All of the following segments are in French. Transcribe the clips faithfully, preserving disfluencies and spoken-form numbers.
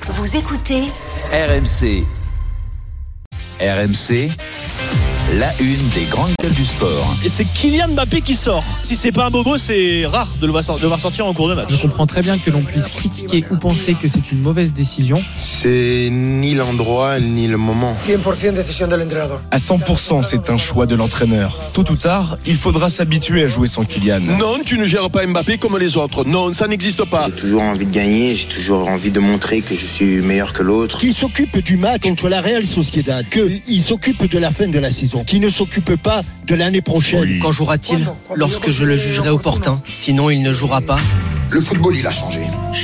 Vous écoutez R M C. R M C, la une des grandes gueules du sport. Et c'est Kylian Mbappé qui sort. Si c'est pas un bobo, c'est rare de le voir sortir en cours de match. Je comprends très bien que l'on puisse critiquer ou penser que c'est une mauvaise décision. C'est ni l'endroit ni le moment. cent pour cent décision de l'entraîneur. À cent pour cent, c'est un choix de l'entraîneur. Tôt ou tard, il faudra s'habituer à jouer sans Kylian. Non, tu ne gères pas Mbappé comme les autres. Non, ça n'existe pas. J'ai toujours envie de gagner, j'ai toujours envie de montrer que je suis meilleur que l'autre. Qu'il s'occupe du match contre la Real Sociedad, qu'il s'occupe de la fin de la saison, qu'il ne s'occupe pas de l'année prochaine. Oui. Quand jouera-t-il ? Lorsque je le jugerai opportun. Sinon, il ne jouera pas. Le football, il a changé.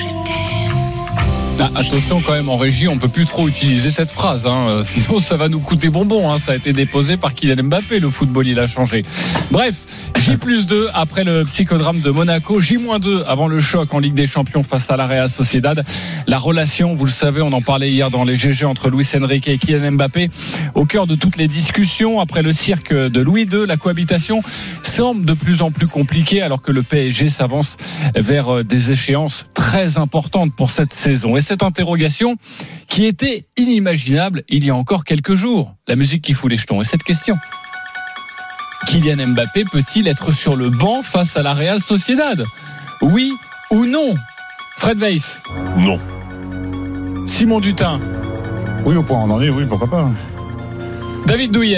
Ah, attention quand même, en régie, on peut plus trop utiliser cette phrase, hein. Sinon ça va nous coûter bonbon, hein. Ça a été déposé par Kylian Mbappé, le football il a changé. Bref, J plus deux après le psychodrame de Monaco, J moins deux avant le choc en Ligue des Champions face à la Real Sociedad. La relation, vous le savez, on en parlait hier dans les G G entre Luis Enrique et Kylian Mbappé, au cœur de toutes les discussions après le cirque de Louis deux, la cohabitation semble de plus en plus compliquée alors que le P S G s'avance vers des échéances très importantes pour cette saison. Et cette interrogation qui était inimaginable il y a encore quelques jours. La musique qui fout les jetons. Et cette question: Kylian Mbappé peut-il être sur le banc face à la Real Sociedad ? Oui ou non ? Fred Weiss ? Non. Simon Dutin ? Oui, au point où on en est, oui, pourquoi pas. David Douillet ?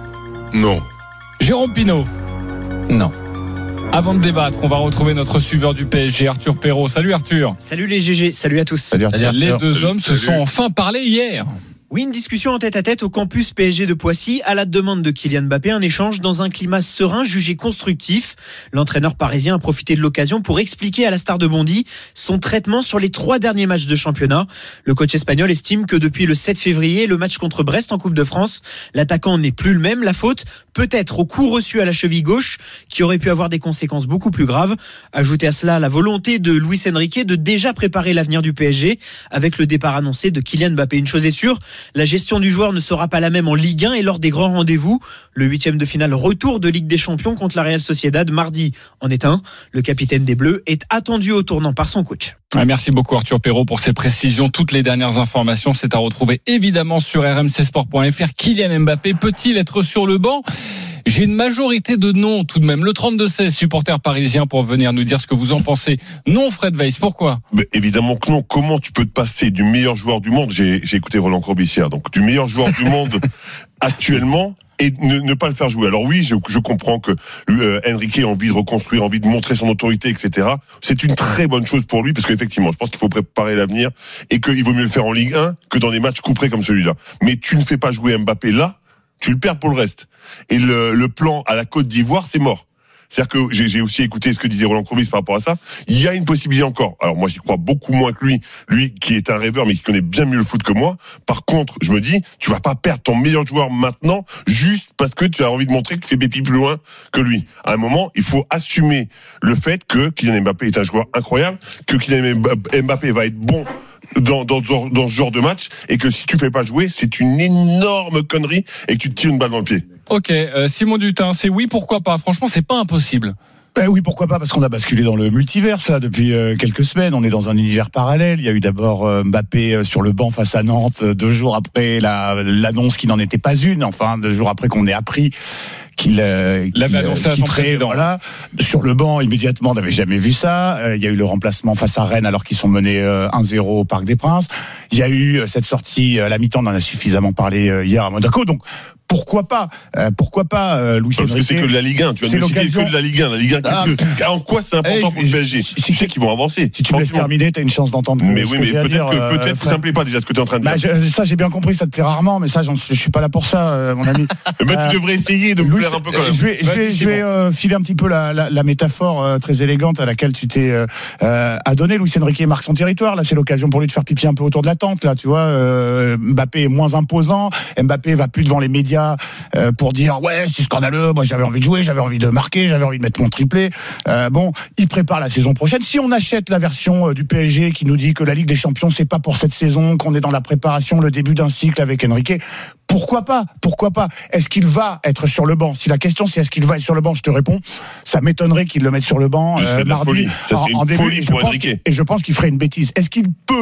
Non. Jérôme Pinault ? Non. Avant de débattre, on va retrouver notre suiveur du P S G, Arthur Perrault. Salut Arthur. Salut les G G, salut à tous. Salut Arthur. Les deux salut, hommes se salut. sont enfin parlé hier. Oui, une discussion en tête-à-tête au campus P S G de Poissy à la demande de Kylian Mbappé, un échange dans un climat serein jugé constructif. L'entraîneur parisien a profité de l'occasion pour expliquer à la star de Bondy son traitement sur les trois derniers matchs de championnat. Le coach espagnol estime que depuis le sept février, le match contre Brest en Coupe de France, l'attaquant n'est plus le même. La faute peut-être au coup reçu à la cheville gauche qui aurait pu avoir des conséquences beaucoup plus graves. Ajoutez à cela la volonté de Luis Enrique de déjà préparer l'avenir du P S G avec le départ annoncé de Kylian Mbappé. Une chose est sûre, la gestion du joueur ne sera pas la même en Ligue un et lors des grands rendez-vous. Le huitième de finale retour de Ligue des Champions contre la Real Sociedad mardi en est un. Le capitaine des Bleus est attendu au tournant par son coach. Merci beaucoup Arthur Perrault pour ces précisions. Toutes les dernières informations, c'est à retrouver évidemment sur r m c sport point f r. Kylian Mbappé peut-il être sur le banc ? J'ai une majorité de non tout de même. Le trente-deux seize, supporters parisiens pour venir nous dire ce que vous en pensez. Non, Fred Weiss, pourquoi ? Mais évidemment que non. Comment tu peux te passer du meilleur joueur du monde ? J'ai, j'ai écouté Roland Courbis hier, donc du meilleur joueur du monde actuellement et ne, ne pas le faire jouer. Alors oui, je, je comprends que euh, Enrique a envie de reconstruire, envie de montrer son autorité, et cetera. C'est une très bonne chose pour lui parce qu'effectivement, je pense qu'il faut préparer l'avenir et qu'il vaut mieux le faire en Ligue un que dans des matchs couperés comme celui-là. Mais tu ne fais pas jouer Mbappé là, tu le perds pour le reste. Et le, le plan à la Côte d'Ivoire, c'est mort. C'est-à-dire que j'ai, j'ai aussi écouté ce que disait Roland Courbis par rapport à ça. Il y a une possibilité encore. Alors moi, j'y crois beaucoup moins que lui. Lui qui est un rêveur, mais qui connaît bien mieux le foot que moi. Par contre, je me dis, tu vas pas perdre ton meilleur joueur maintenant, juste parce que tu as envie de montrer que tu fais pépi plus loin que lui. À un moment, il faut assumer le fait que Kylian Mbappé est un joueur incroyable, que Kylian Mbappé va être bon Dans, dans, dans ce genre de match, et que si tu fais pas jouer, c'est une énorme connerie et que tu te tires une balle dans le pied. Ok, euh, Simon Dutin, c'est oui, pourquoi pas ? Franchement, c'est pas impossible. Ben oui, pourquoi pas, parce qu'on a basculé dans le multiverse là depuis euh, quelques semaines. On est dans un univers parallèle. Il y a eu d'abord euh, Mbappé euh, sur le banc face à Nantes, euh, deux jours après la, l'annonce qui n'en était pas une. Enfin, deux jours après qu'on ait appris qu'il, euh, qu'il l'avait annoncé à son président. Voilà, sur le banc immédiatement. On n'avait jamais vu ça. Euh, il y a eu le remplacement face à Rennes alors qu'ils sont menés euh, un zéro au Parc des Princes. Il y a eu euh, cette sortie à la mi-temps. On en a suffisamment parlé euh, hier à Monaco. Donc pourquoi pas euh, Pourquoi pas euh, Luis Enrique ? Parce que c'est que de la Ligue un. Tu vas nous citer que de la Ligue un. La Ligue un, qu'est-ce ah, que, en quoi c'est important hey, pour le P S G ? Si, tu sais qu'ils vont avancer. Si tu me laisses terminer, t'as une chance d'entendre. Mais ce oui, que mais j'ai à peut-être dire, que peut-être que ça me plaît pas déjà ce que tu es en train de dire. Bah, je, ça, j'ai bien compris, ça te plaît rarement, mais ça, j'en, je suis pas là pour ça, euh, mon ami. Mais euh, tu devrais essayer de me plaire un peu quand même. Je vais, je vais, je vais euh, filer un petit peu la, la, la métaphore euh, très élégante à laquelle tu t'es euh, euh, adonné. Luis Enrique marque son territoire. Là, c'est l'occasion pour lui de faire pipi un peu autour de la tente. Là, tu vois, euh, Mbappé est moins imposant. Mbappé va plus devant les médias euh, pour dire ouais, c'est scandaleux. Moi, j'avais envie de jouer, j'avais envie de marquer, j'avais envie de mettre mon triplé. Euh, bon, il prépare la saison prochaine. Si on achète la version euh, du P S G qui nous dit que la Ligue des Champions c'est pas pour cette saison, qu'on est dans la préparation, le début d'un cycle avec Enrique, pourquoi pas ? Pourquoi pas ? Est-ce qu'il va être sur le banc ? Si la question c'est est-ce qu'il va être sur le banc, je te réponds, ça m'étonnerait qu'il le mette sur le banc euh, mardi ça serait une en, en début. Folie Et je, pour pense Enrique. et je pense qu'il ferait une bêtise. Est-ce qu'il peut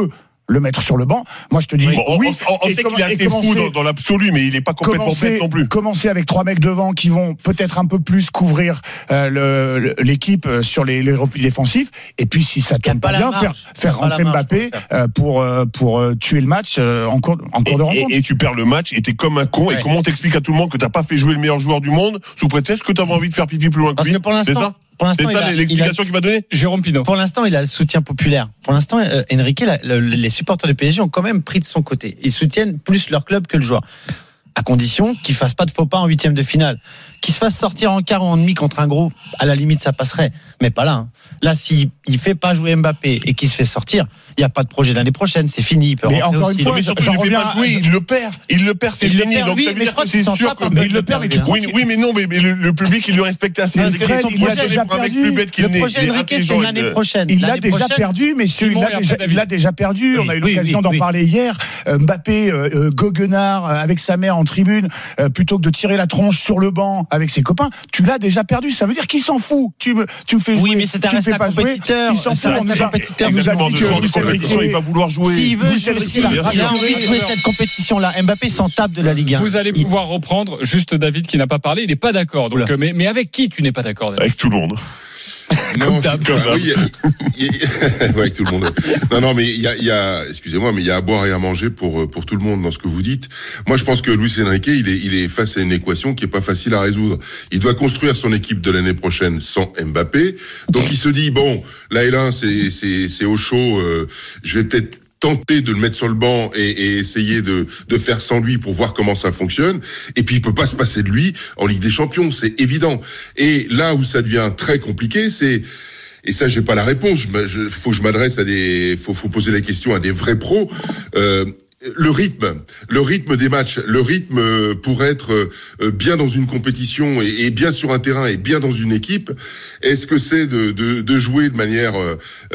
le mettre sur le banc. Moi, je te dis, bon, oui. On, on, on sait com- qu'il est assez fou dans, dans l'absolu, mais il n'est pas complètement commencer, bête non plus. Commencer avec trois mecs devant qui vont peut-être un peu plus couvrir euh, le, le, l'équipe sur les, les replis défensifs. Et puis, si ça tourne pas, pas bien, faire, faire rentrer Mbappé euh, pour, euh, pour euh, tuer le match euh, en cours, en cours et, de rencontre. Et, et tu perds le match et t'es comme un con. Ouais. Et comment t'expliques à tout le monde que t'as pas fait jouer le meilleur joueur du monde sous prétexte que t'avais envie de faire pipi plus loin que Parce lui? que pour l'instant, c'est ça Pour l'instant, c'est ça a, l'explication a, qu'il va donner. Jérôme Pinault. Pour l'instant, il a le soutien populaire. Pour l'instant, euh, Enrique, la, le, les supporters du P S G ont quand même pris de son côté. Ils soutiennent plus leur club que le joueur. À condition qu'il fasse pas de faux pas en huitième de finale. Qu'il se fasse sortir en quart ou en demi contre un gros, à la limite, ça passerait. Mais pas là. Hein. Là, s'il il fait pas jouer Mbappé et qu'il se fait sortir, il n'y a pas de projet l'année prochaine. C'est fini. Il peut mais encore aussi. une fois, mais surtout, il ne fait pas jouer. Il le perd. Il le perd, c'est il fini. Perd, donc oui, ça veut mais dire je crois que c'est sûr que. Mais il le perd, mais tu Oui, oui, mais non, mais, mais le, le public, il lui respecte assez. Il a déjà perdu. Le projet Enrique, c'est l'année prochaine. Il l'a déjà perdu, mais il l'a déjà perdu. On a eu l'occasion d'en parler hier. Mbappé, goguenard, avec sa mère en tribune, plutôt que de tirer la tronche sur le banc avec ses copains, tu l'as déjà perdu. Ça veut dire qu'il s'en fout. Tu me, tu me fais jouer. Oui, mais c'est un reste un compétiteur. Il s'en fout. On nous a, compétiteur. nous a dit que Luis Enrique, il va vouloir jouer. S'il veut, il a envie de jouer cette compétition-là. Mbappé s'en tape de la Ligue un. Vous allez pouvoir reprendre. Juste David qui n'a pas parlé, il n'est pas d'accord. Donc, mais, mais avec qui tu n'es pas d'accord, David? Avec tout le monde. Non, comme comme, oui, il y a, il y a, ouais, avec tout le monde. Non, non, mais il y a, il y a, excusez-moi, mais il y a à boire et à manger pour pour tout le monde dans ce que vous dites. Moi, je pense que Luis Enrique, il est il est face à une équation qui est pas facile à résoudre. Il doit construire son équipe de l'année prochaine sans Mbappé. Donc, il se dit bon, là et là, c'est c'est c'est au chaud. Euh, je vais peut-être tenter de le mettre sur le banc et, et essayer de, de faire sans lui pour voir comment ça fonctionne. Et puis, il peut pas se passer de lui en Ligue des Champions, c'est évident. Et là où ça devient très compliqué, c'est, et ça, j'ai pas la réponse, je, faut que je m'adresse à des, faut, faut poser la question à des vrais pros, euh, le rythme, le rythme des matchs, le rythme pour être bien dans une compétition et, et bien sur un terrain et bien dans une équipe, est-ce que c'est de, de, de jouer de manière euh,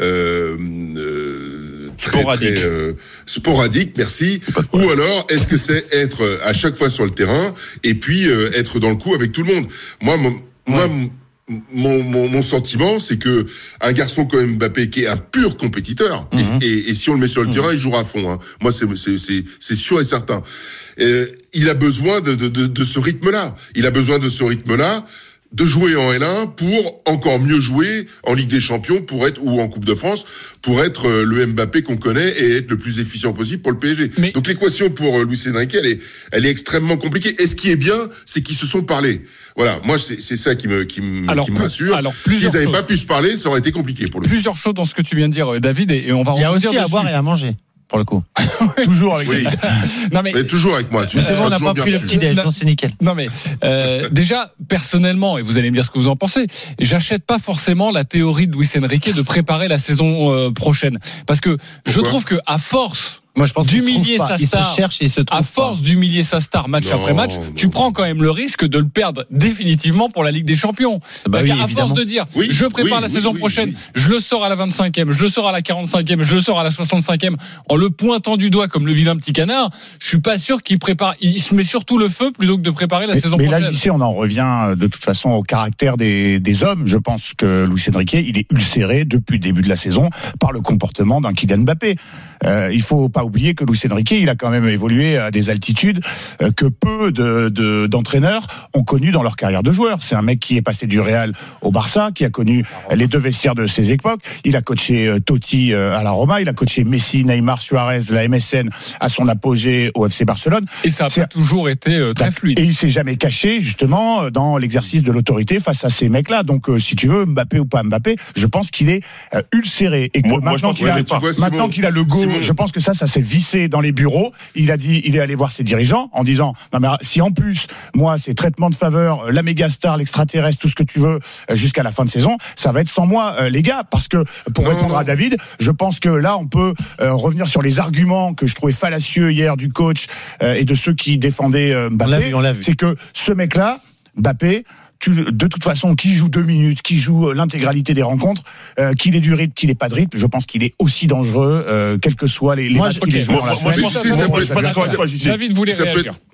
euh, très, sporadique, très, euh, sporadique, merci, ou alors est-ce que c'est être à chaque fois sur le terrain et puis euh, être dans le coup avec tout le monde? Moi, mon, moi. Ouais. Mon, mon, mon sentiment, c'est que un garçon comme Mbappé, qui est un pur compétiteur, mm-hmm. et, et, et si on le met sur le mm-hmm. terrain, il jouera à fond. Hein. Moi, c'est, c'est, c'est, c'est sûr et certain. Euh, il a besoin de, de, de, de ce rythme-là. Il a besoin de ce rythme-là, de jouer en L un pour encore mieux jouer en Ligue des Champions, pour être ou en Coupe de France, pour être le Mbappé qu'on connaît et être le plus efficient possible pour le P S G. Mais... Donc l'équation pour Luis Enrique, elle est, elle est extrêmement compliquée. Et ce qui est bien, c'est qu'ils se sont parlé. Voilà, moi c'est, c'est ça qui me, qui me, alors, qui me rassure. Alors, s'ils n'avaient pas pu se parler, ça aurait été compliqué pour le. Plusieurs choses dans ce que tu viens de dire, David, et on va. Il y a aussi dessus. à boire et à manger. Pour le coup. Toujours avec oui. Non mais... mais toujours avec moi. Tu mais c'est bon, on n'a pas pris le petit déj, c'est nickel. Non mais euh, déjà personnellement, et vous allez me dire ce que vous en pensez, j'achète pas forcément la théorie de Luis Enrique de préparer la saison euh, prochaine, parce que Pourquoi je trouve que à force Moi, je pense d'humilier sa il star, se cherche et il se trouve à force pas. d'humilier sa star match non, après match, non. tu prends quand même le risque de le perdre définitivement pour la Ligue des Champions. Bah oui, à évidemment. force de dire, oui, je prépare oui, la oui, saison oui, prochaine, oui. je le sors à la vingt-cinquième, je le sors à la quarante-cinquième, je le sors à la soixante-cinquième, en le pointant du doigt comme le vilain petit canard, je suis pas sûr qu'il prépare, il se met surtout le feu plutôt que de préparer la mais, saison mais prochaine. Mais là, J C, on en revient de toute façon au caractère des, des hommes. Je pense que Luis Enrique, il est ulcéré depuis le début de la saison par le comportement d'un Kylian Mbappé. Euh, il faut pas oublier que Luis Enrique, il a quand même évolué à des altitudes euh, que peu de, de, d'entraîneurs ont connues dans leur carrière de joueur. C'est un mec qui est passé du Real au Barça, qui a connu les deux vestiaires de ses époques. Il a coaché euh, Totti euh, à la Roma, il a coaché Messi, Neymar, Suarez, la M S N à son apogée au F C Barcelone. Et ça a pas toujours été euh, très fluide. Et il s'est jamais caché justement dans l'exercice de l'autorité face à ces mecs-là. Donc euh, si tu veux, Mbappé ou pas Mbappé, je pense qu'il est euh, ulcéré et que moi, maintenant, moi, qu'il, a, vois, maintenant Simon, qu'il a le go, Simon. je pense que ça, ça s'est vissé dans les bureaux. Il a dit, il est allé voir ses dirigeants en disant, non mais si en plus, moi, c'est traitement de faveur, la méga star, l'extraterrestre, tout ce que tu veux, jusqu'à la fin de saison, ça va être sans moi, euh, les gars, parce que pour non, répondre non. à David, je pense que là, on peut euh, revenir sur les arguments que je trouvais fallacieux hier du coach euh, et de ceux qui défendaient euh, Mbappé. On l'a vu, on l'a vu. C'est que ce mec-là, Mbappé, Tu, de toute façon, qui joue deux minutes, qui joue l'intégralité des rencontres, euh, qu'il ait du rythme, qu'il ait pas de rythme, je pense qu'il est aussi dangereux, euh, quels que soient les, les moi, matchs okay. qu'il ait joués dans la moi, semaine. moi, je sais, ça peut être pas d'accord avec toi, David voulait réagir.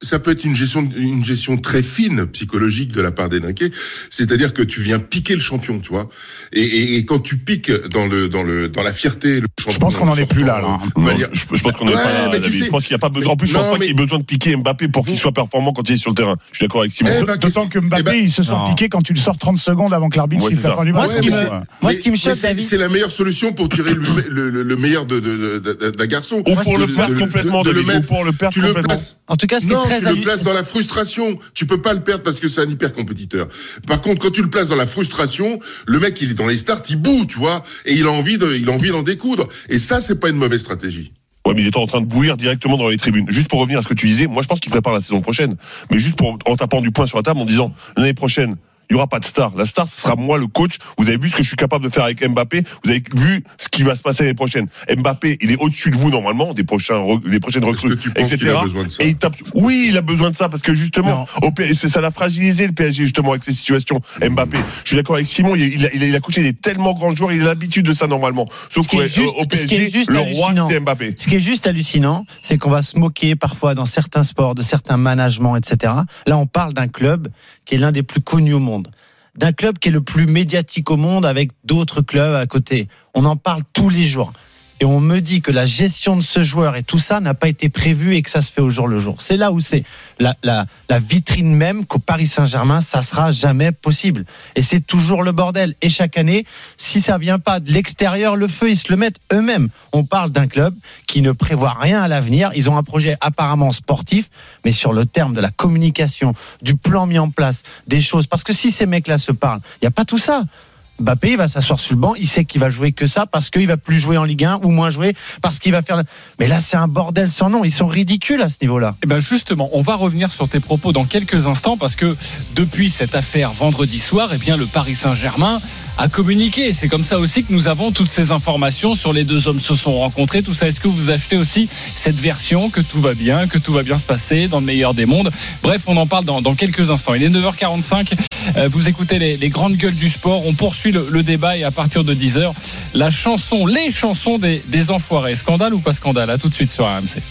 ça peut être une gestion, une gestion très fine psychologique de la part d'Enrique. C'est-à-dire que tu viens piquer le champion, tu vois. Et, et, et quand tu piques dans le, dans le, dans la fierté, le champion. Je pense qu'on n'en est plus là, là. Non, dire, je, je pense qu'on n'est ouais, pas là. Je pense qu'il n'y a pas besoin. En plus, je pense pas qu'il y ait besoin de piquer Mbappé pour qu'il soit performant quand il est sur le terrain. Je suis d'accord avec Simon. Eh ben, D'autant que Mbappé, eh ben, ils se sont non. piqués quand tu le sors trente secondes avant que l'arbitre siffle la fin du match. Moi, ce qui me choque, c'est la meilleure solution pour tirer le, le, le meilleur de, de, de, de, d'un garçon. Ou pour le perdre complètement, de, de, de le mettre, ou pour le perdre complètement. En tout cas, ce qui non, est très tu le places dans la frustration. Tu peux pas le perdre parce que c'est un hyper compétiteur. Par contre, quand tu le places dans la frustration, le mec, il est dans les starts, il boue, tu vois, et il a envie de, il a envie d'en découdre. Et ça, c'est pas une mauvaise stratégie. Ouais, mais il est en train de bouillir directement dans les tribunes. Juste pour revenir à ce que tu disais, moi, je pense qu'il prépare la saison prochaine. Mais juste pour, en tapant du poing sur la table, en disant, l'année prochaine, il n'y aura pas de star. La star, ce sera moi, le coach. Vous avez vu ce que je suis capable de faire avec Mbappé. Vous avez vu ce qui va se passer l'année prochaine. Mbappé, il est au-dessus de vous, normalement, des prochains, des prochaines recrues, et cetera. Et il tape, oui, il a besoin de ça parce que justement, au P S G, ça l'a fragilisé, le P S G, justement, avec ces situations. Mbappé. Je suis d'accord avec Simon, il a, il a, il a coaché des tellement grands joueurs, il a l'habitude de ça, normalement. Sauf qu'au P S G, le roi, c'est Mbappé. Ce qui est juste hallucinant, c'est qu'on va se moquer parfois dans certains sports, de certains managements, et cetera. Là, on parle d'un club qui est l'un des plus connus au monde. D'un club qui est le plus médiatique au monde avec d'autres clubs à côté. On en parle tous les jours. Et on me dit que la gestion de ce joueur et tout ça n'a pas été prévu et que ça se fait au jour le jour. C'est là où c'est la, la, la vitrine même qu'au Paris Saint-Germain, ça sera jamais possible. Et c'est toujours le bordel. Et chaque année, si ça vient pas de l'extérieur, le feu, ils se le mettent eux-mêmes. On parle d'un club qui ne prévoit rien à l'avenir. Ils ont un projet apparemment sportif, mais sur le terme de la communication, du plan mis en place, des choses. Parce que si ces mecs-là se parlent, il n'y a pas tout ça. Mbappé, il va s'asseoir sur le banc, il sait qu'il va jouer que ça parce qu'il va plus jouer en Ligue un ou moins jouer parce qu'il va faire. Mais là, c'est un bordel sans nom. Ils sont ridicules à ce niveau-là. Et ben justement, on va revenir sur tes propos dans quelques instants parce que depuis cette affaire vendredi soir, eh bien le Paris Saint-Germain a communiqué. C'est comme ça aussi que nous avons toutes ces informations sur les deux hommes se sont rencontrés. Tout ça, est-ce que vous achetez aussi cette version que tout va bien, que tout va bien se passer dans le meilleur des mondes? Bref, on en parle dans, dans quelques instants. Il est neuf heures quarante-cinq. Euh, vous écoutez les, les grandes gueules du sport. On poursuit le, le débat et à partir de dix heures, la chanson, les chansons des, des enfoirés. Scandale ou pas scandale? À tout de suite sur R M C.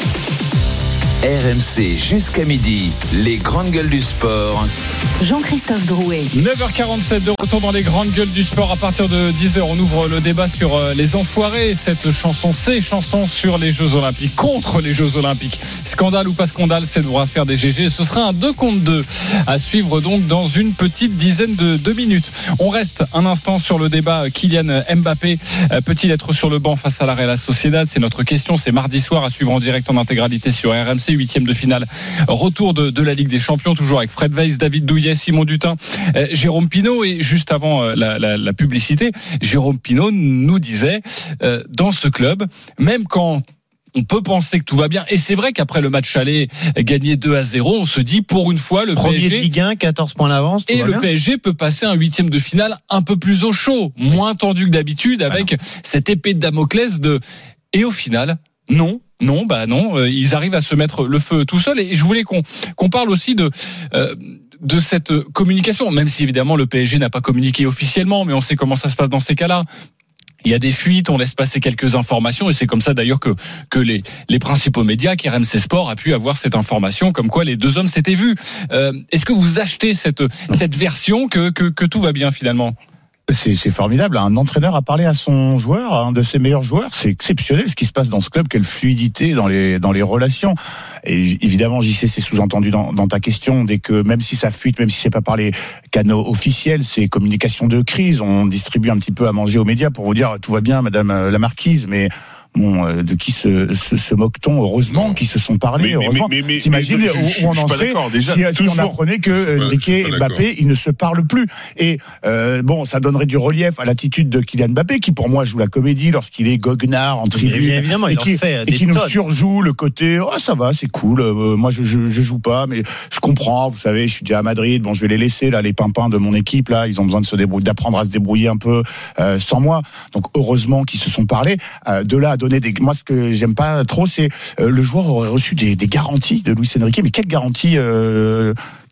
R M C jusqu'à midi, les grandes gueules du sport. Jean-Christophe Drouet. neuf heures quarante-sept de retour dans les grandes gueules du sport. À partir de dix heures, on ouvre le débat sur les enfoirés. Cette chanson, ces chansons sur les Jeux Olympiques, contre les Jeux Olympiques. Scandale ou pas scandale, c'est devra faire des G G. Ce sera un deux contre deux à suivre donc dans une petite dizaine de, de minutes. On reste un instant sur le débat Kylian Mbappé. Peut-il être sur le banc face à la Real Sociedad? C'est notre question. C'est mardi soir à suivre en direct en intégralité sur R M C. Huitième de finale. Retour de, de la Ligue des Champions, toujours avec Fred Weiss, David Douillet, Simon Dutin, euh, Jérôme Pinault. Et juste avant euh, la, la, la publicité, Jérôme Pinault nous disait, euh, dans ce club, même quand on peut penser que tout va bien, et c'est vrai qu'après le match aller gagné deux à zéro, on se dit pour une fois le Premier P S G de Ligue un, quatorze points d'avance, et le bien. P S G peut passer un huitième de finale un peu plus au chaud, moins tendu que d'habitude, avec ah cette épée de Damoclès de et au final non. Non, bah non, euh, ils arrivent à se mettre le feu tout seuls. Et je voulais qu'on qu'on parle aussi de euh, de cette communication, même si évidemment le P S G n'a pas communiqué officiellement, mais on sait comment ça se passe dans ces cas-là. Il y a des fuites, on laisse passer quelques informations, et c'est comme ça d'ailleurs que que les les principaux médias, R M C Sport, a pu avoir cette information, comme quoi les deux hommes s'étaient vus. Euh, est-ce que vous achetez cette cette version que que que tout va bien finalement? C'est, c'est formidable. Un entraîneur a parlé à son joueur, un de ses meilleurs joueurs. C'est exceptionnel ce qui se passe dans ce club. Quelle fluidité dans les dans les relations. Et évidemment, J C, c'est sous-entendu dans, dans ta question. Dès que même si ça fuite, même si c'est pas par les canaux officiels, c'est communication de crise. On distribue un petit peu à manger aux médias pour vous dire tout va bien, Madame la Marquise, mais. Bon, de qui se, se, se moque-t-on? Heureusement qu'ils se sont parlé. Mais, heureusement. Mais, mais, mais, T'imagines mais, où, où on en serait déjà, si, si on apprenait que Enrique et Mbappé, ils ne se parlent plus. Et euh, bon, ça donnerait du relief à l'attitude de Kylian Mbappé, qui pour moi joue la comédie lorsqu'il est goguenard en tribune, évidemment, et qui, fait et qui nous surjoue le côté oh ça va, c'est cool. Euh, moi, je, je je joue pas, mais je comprends. Vous savez, je suis déjà à Madrid. Bon, je vais les laisser là, les pimpins de mon équipe là. Ils ont besoin de se débrouiller, d'apprendre à se débrouiller un peu euh, sans moi. Donc heureusement qu'ils se sont parlé. Euh, de là à donner des. Moi, ce que j'aime pas trop, c'est euh, le joueur aurait reçu des, des garanties de Luis Enrique. Mais quelle garantie euh,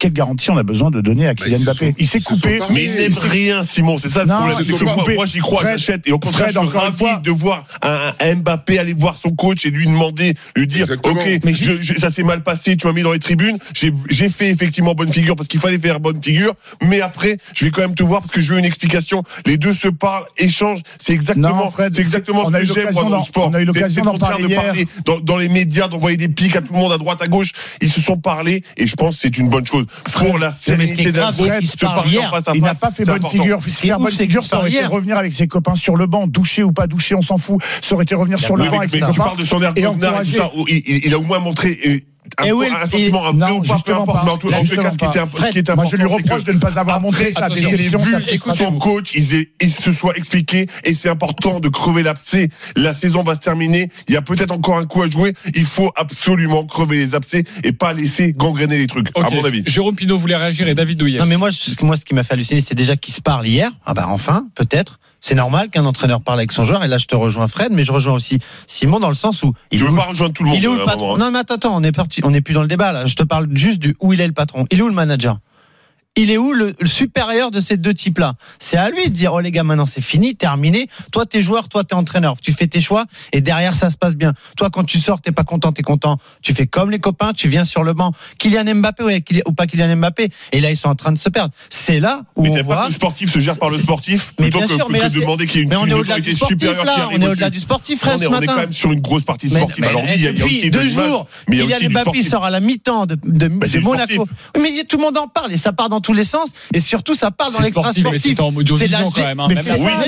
quelle garantie on a besoin de donner à Kylian bah, Mbappé? sont, Il s'est coupé. Mais il n'aime rien, Simon. C'est ça le non, problème. il s'est coupé. Moi, j'y crois, Fred, j'achète. Et au contraire, Fred, je suis ravi fois, de voir un, un Mbappé aller voir son coach et lui demander, lui dire, Exactement. ok, mais je, je, ça s'est mal passé, tu m'as mis dans les tribunes, j'ai, j'ai fait effectivement bonne figure parce qu'il fallait faire bonne figure, mais après, je vais quand même te voir parce que je veux une explication. Les deux se parlent, échangent. C'est exactement, non, Fred, c'est exactement c'est, ce que j'aime, moi, dans le sport. On a eu l'occasion d'en parler hier. Parler dans, dans les médias, d'envoyer des pics à tout le monde à droite, à gauche. Ils se sont parlé et je pense que c'est une bonne chose. Pour la sérénité d'un groupe, se parler en face à face. Il n'a pas fait bonne important. figure. Faire bonne figure, ça aurait été revenir avec ses copains sur le banc, douché ou pas douché, on s'en fout. Ça aurait été revenir sur le banc avec ses copains. Mais quand tu parles de Sander Bognar et tout ça, il a au moins montré un, oui, un sentiment, un peu ou pas, peu importe, mais en tout cas, ce qui était important. Moi, je lui reproche de ne pas avoir montré sa déception. Écoute, son coach, il se soit expliqué, et c'est important de crever l'abcès. La saison va se terminer. Il y a peut-être encore un coup à jouer. Il faut absolument crever les abcès et pas laisser gangréner les trucs, okay. À mon avis. Jérôme Pinault voulait réagir et David Douillet. Non, mais moi, je, moi, ce qui m'a fait halluciner, c'est déjà qu'ils se parlent hier. Ah bah, enfin, peut-être. C'est normal qu'un entraîneur parle avec son joueur. Et là, je te rejoins, Fred, mais je rejoins aussi Simon dans le sens où il je veux pas rejoindre tout le monde. Il est où le patron? Non, mais attends, attends, on est parti, on n'est plus dans le débat là. Je te parle juste du où il est le patron. Il est où le manager? Il est où le, le supérieur de ces deux types-là? C'est à lui de dire, oh les gars, maintenant c'est fini, terminé. Toi, t'es joueur, toi, t'es entraîneur. Tu fais tes choix et derrière, ça se passe bien. Toi, quand tu sors, t'es pas content, t'es content. Tu fais comme les copains, tu viens sur le banc. Kylian Mbappé ou pas Kylian Mbappé. Et là, ils sont en train de se perdre. C'est là où mais on t'as voit. Pas que le sportif se gère par le sportif mais plutôt bien que, sûr, mais que là, de demander qu'il y ait une, mais on une est au-delà autorité du sportif, supérieure là. qui On est au-delà du sportif, Fred, ce matin. On est quand même sur une grosse partie sportive. Alors oui, il y a aussi deux jours. Kylian Mbappé sort à la mi-temps de Monaco. Mais tout le monde en parle et ça part dans tous les sens. Et surtout, ça part dans l'extra sportif. C'est en mode vision quand même. Mais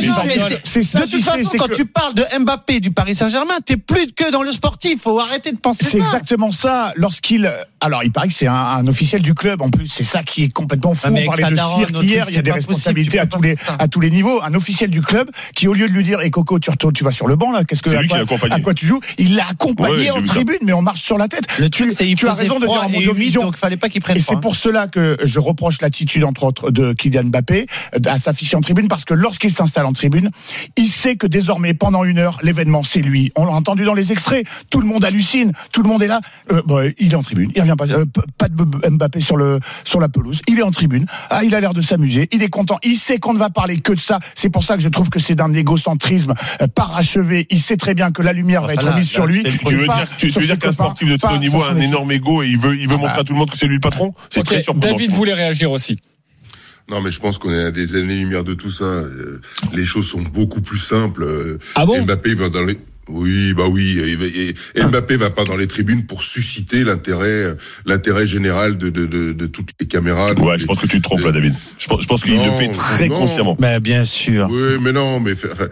c'est ça. De toute façon, quand tu parles de Mbappé du Paris Saint-Germain, t'es plus que dans le sportif. Faut arrêter de penser ça. C'est exactement ça. Lorsqu'il, alors il paraît que c'est un, un officiel du club. En plus, c'est ça qui est complètement fou. On parlait de cirque hier. Il y a des responsabilités à tous les à tous les niveaux. Un officiel du club qui, au lieu de lui dire, "Eh Coco, tu retournes, tu vas sur le banc là. Qu'est-ce que à quoi tu joues?" Il l'a accompagné en tribune, mais on marche sur la tête. Le truc, c'est tu as raison de dire en monovision. Donc fallait pas qu'il prenne. Et c'est pour cela que je reproche l'attitude entre autres de Kylian Mbappé à s'afficher en tribune, parce que lorsqu'il s'installe en tribune, il sait que désormais pendant une heure l'événement c'est lui. On l'a entendu dans les extraits, tout le monde hallucine, tout le monde est là. Euh, bah, il est en tribune, il revient pas, euh, pas de Mbappé sur le sur la pelouse, il est en tribune. Ah, il a l'air de s'amuser, il est content, il sait qu'on ne va parler que de ça. C'est pour ça que je trouve que c'est d'un égocentrisme euh, parachevé. Il sait très bien que la lumière va être mise sur lui. Tu veux dire, tu veux dire qu'un sportif de très haut niveau a un énorme égo et il veut il veut montrer à tout le monde que c'est lui le patron? C'est très surprenant. David voulait réagir aussi. Non, mais je pense qu'on est à des années-lumière de tout ça. Les choses sont beaucoup plus simples. Ah bon? Mbappé va dans les... Oui, bah oui. Et, et Mbappé va pas dans les tribunes pour susciter l'intérêt, l'intérêt général de, de, de, de toutes les caméras. Ouais, je pense que tu te trompes là, David. Je pense, je pense qu'il le fait très non. consciemment. Mais bien sûr. Oui, mais non, mais enfin,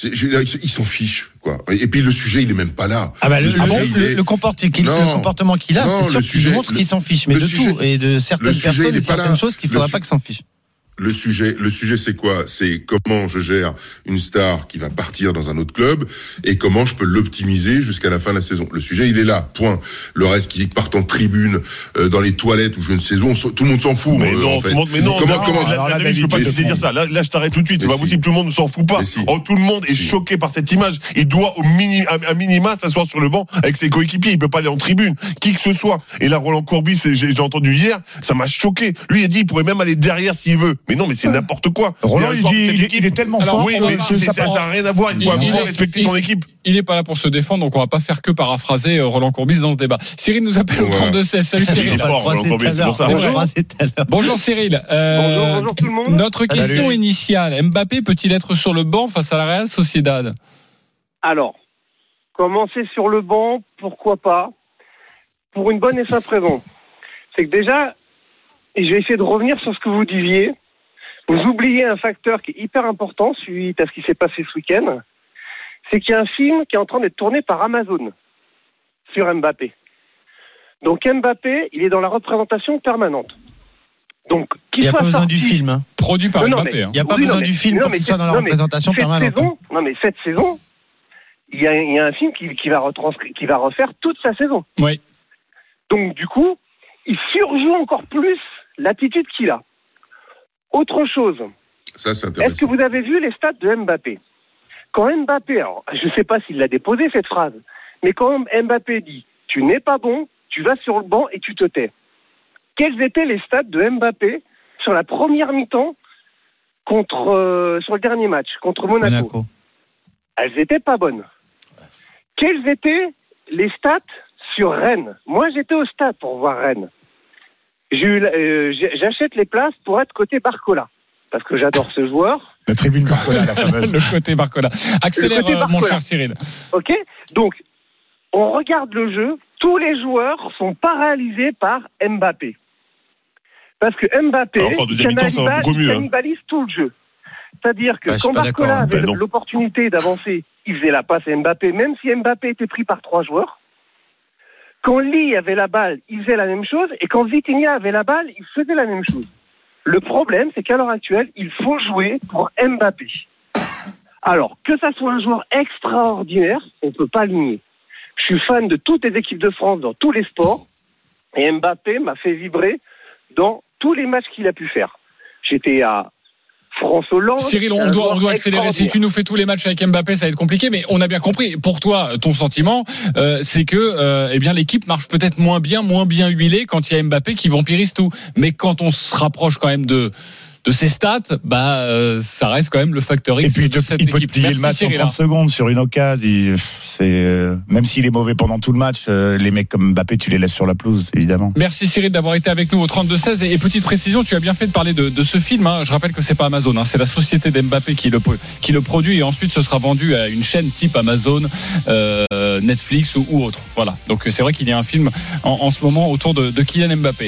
ils s'en fichent, quoi. Et puis le sujet, il est même pas là. Ah bah le, le, ah bon, le, est... le, comportement qu'il, le comportement qu'il a, non, c'est sûr qu'il sujet, montre qu'il s'en fiche, mais de sujet, tout et de certaines personnes, et de certaines là. choses qu'il faudra pas qu'il s'en fiche. Le sujet, le sujet, c'est quoi? C'est comment je gère une star qui va partir dans un autre club et comment je peux l'optimiser jusqu'à la fin de la saison. Le sujet, il est là. Point. Le reste qui part en tribune, euh, dans les toilettes ou je ne sais où, tout le monde s'en fout. Mais euh, non, en fait. tout le monde, mais non, comment, non, comment, alors, là, David, je peux pas te laisser dire ça. Là, là, je t'arrête tout de suite. C'est pas possible. Tout le monde ne s'en fout pas. Si. Oh, tout le monde est si. choqué par cette image. Il doit au mini, à, à minima s'asseoir sur le banc avec ses coéquipiers. Il peut pas aller en tribune. Qui que ce soit. Et là, Roland Courbis, j'ai, j'ai entendu hier, ça m'a choqué. Lui, il a dit, il pourrait même aller derrière s'il veut. Mais non, mais c'est n'importe quoi. Roland, il, dit, il, est, il est tellement Alors, fort. Oui, mais ça n'a rien à voir. Il faut respecter il, ton équipe. Il n'est pas là pour se défendre, donc on va pas faire que paraphraser Roland Courbis dans ce débat. Cyril nous appelle au trente-deux seize. Salut Cyril. Il est fort, Roland Courbis, c'est pour ça. Bonjour Cyril. Euh, bonjour, bonjour tout le monde. Notre question Salut. initiale, Mbappé peut-il être sur le banc face à la Real Sociedad? Alors, commencer sur le banc, pourquoi pas? Pour une bonne et simple raison. C'est que déjà, et je vais essayer de revenir sur ce que vous disiez, vous oubliez un facteur qui est hyper important suite à ce qui s'est passé ce week-end, c'est qu'il y a un film qui est en train d'être tourné par Amazon sur Mbappé. Donc Mbappé, il est dans la représentation permanente. Donc, il n'y a pas besoin sorti... du film. Hein. Produit par non, Mbappé. Il hein. n'y a pas oui, besoin mais, du film non, pour qu'il soit dans la non, représentation permanente. Saison, non mais cette saison, il y a, il y a un film qui, qui, va retranscri- qui va refaire toute sa saison. Oui. Donc du coup, il surjoue encore plus l'attitude qu'il a. Autre chose, ça, c'est intéressant. Est-ce que vous avez vu les stats de Mbappé? Quand Mbappé, alors, je ne sais pas s'il l'a déposé cette phrase, mais quand Mbappé dit « tu n'es pas bon, tu vas sur le banc et tu te tais », quels étaient les stats de Mbappé sur la première mi-temps contre euh, sur le dernier match contre Monaco. Monaco. Elles étaient pas bonnes. Quelles étaient les stats sur Rennes? Moi, j'étais au stade pour voir Rennes. J'ai eu, euh, j'achète les places pour être côté Barcola parce que j'adore ce joueur. La tribune Barcola, la fameuse. Le côté Barcola. Accélère, côté Barcola. Mon cher Cyril. Ok. Donc, on regarde le jeu. Tous les joueurs sont paralysés par Mbappé. Parce que Mbappé Alors, deuxième mi-temps, ça va beaucoup mieux, hein. cannibalise tout le jeu. C'est-à-dire que bah, quand Barcola avait bah, l'opportunité d'avancer, il faisait la passe à Mbappé, même si Mbappé était pris par trois joueurs. Quand Lee avait la balle, il faisait la même chose. Et quand Vitinha avait la balle, il faisait la même chose. Le problème, c'est qu'à l'heure actuelle, il faut jouer pour Mbappé. Alors, que ça soit un joueur extraordinaire, on ne peut pas le nier. Je suis fan de toutes les équipes de France dans tous les sports. Et Mbappé m'a fait vibrer dans tous les matchs qu'il a pu faire. J'étais à France-Hollande. Cyril, on doit, on doit accélérer. Si tu nous fais tous les matchs avec Mbappé, ça va être compliqué, mais on a bien compris. Pour toi, ton sentiment, euh, c'est que euh, eh bien, l'équipe marche peut-être moins bien, moins bien huilée quand il y a Mbappé qui vampirise tout. Mais quand on se rapproche quand même de de ses stats, bah euh, ça reste quand même le facteur X. Et puis de cette il peut équipe. te plier le match Cyril, en trente secondes sur une occasion. Il, c'est euh, même s'il est mauvais pendant tout le match, euh, les mecs comme Mbappé, tu les laisses sur la pelouse, évidemment. Merci Cyril d'avoir été avec nous au trente-deux seize. Et petite précision, tu as bien fait de parler de, de ce film. Hein. Je rappelle que c'est pas Amazon, hein. C'est la société d'Mbappé qui le qui le produit et ensuite ce sera vendu à une chaîne type Amazon, euh, Netflix ou, ou autre. Voilà. Donc c'est vrai qu'il y a un film en, en ce moment autour de, de Kylian Mbappé.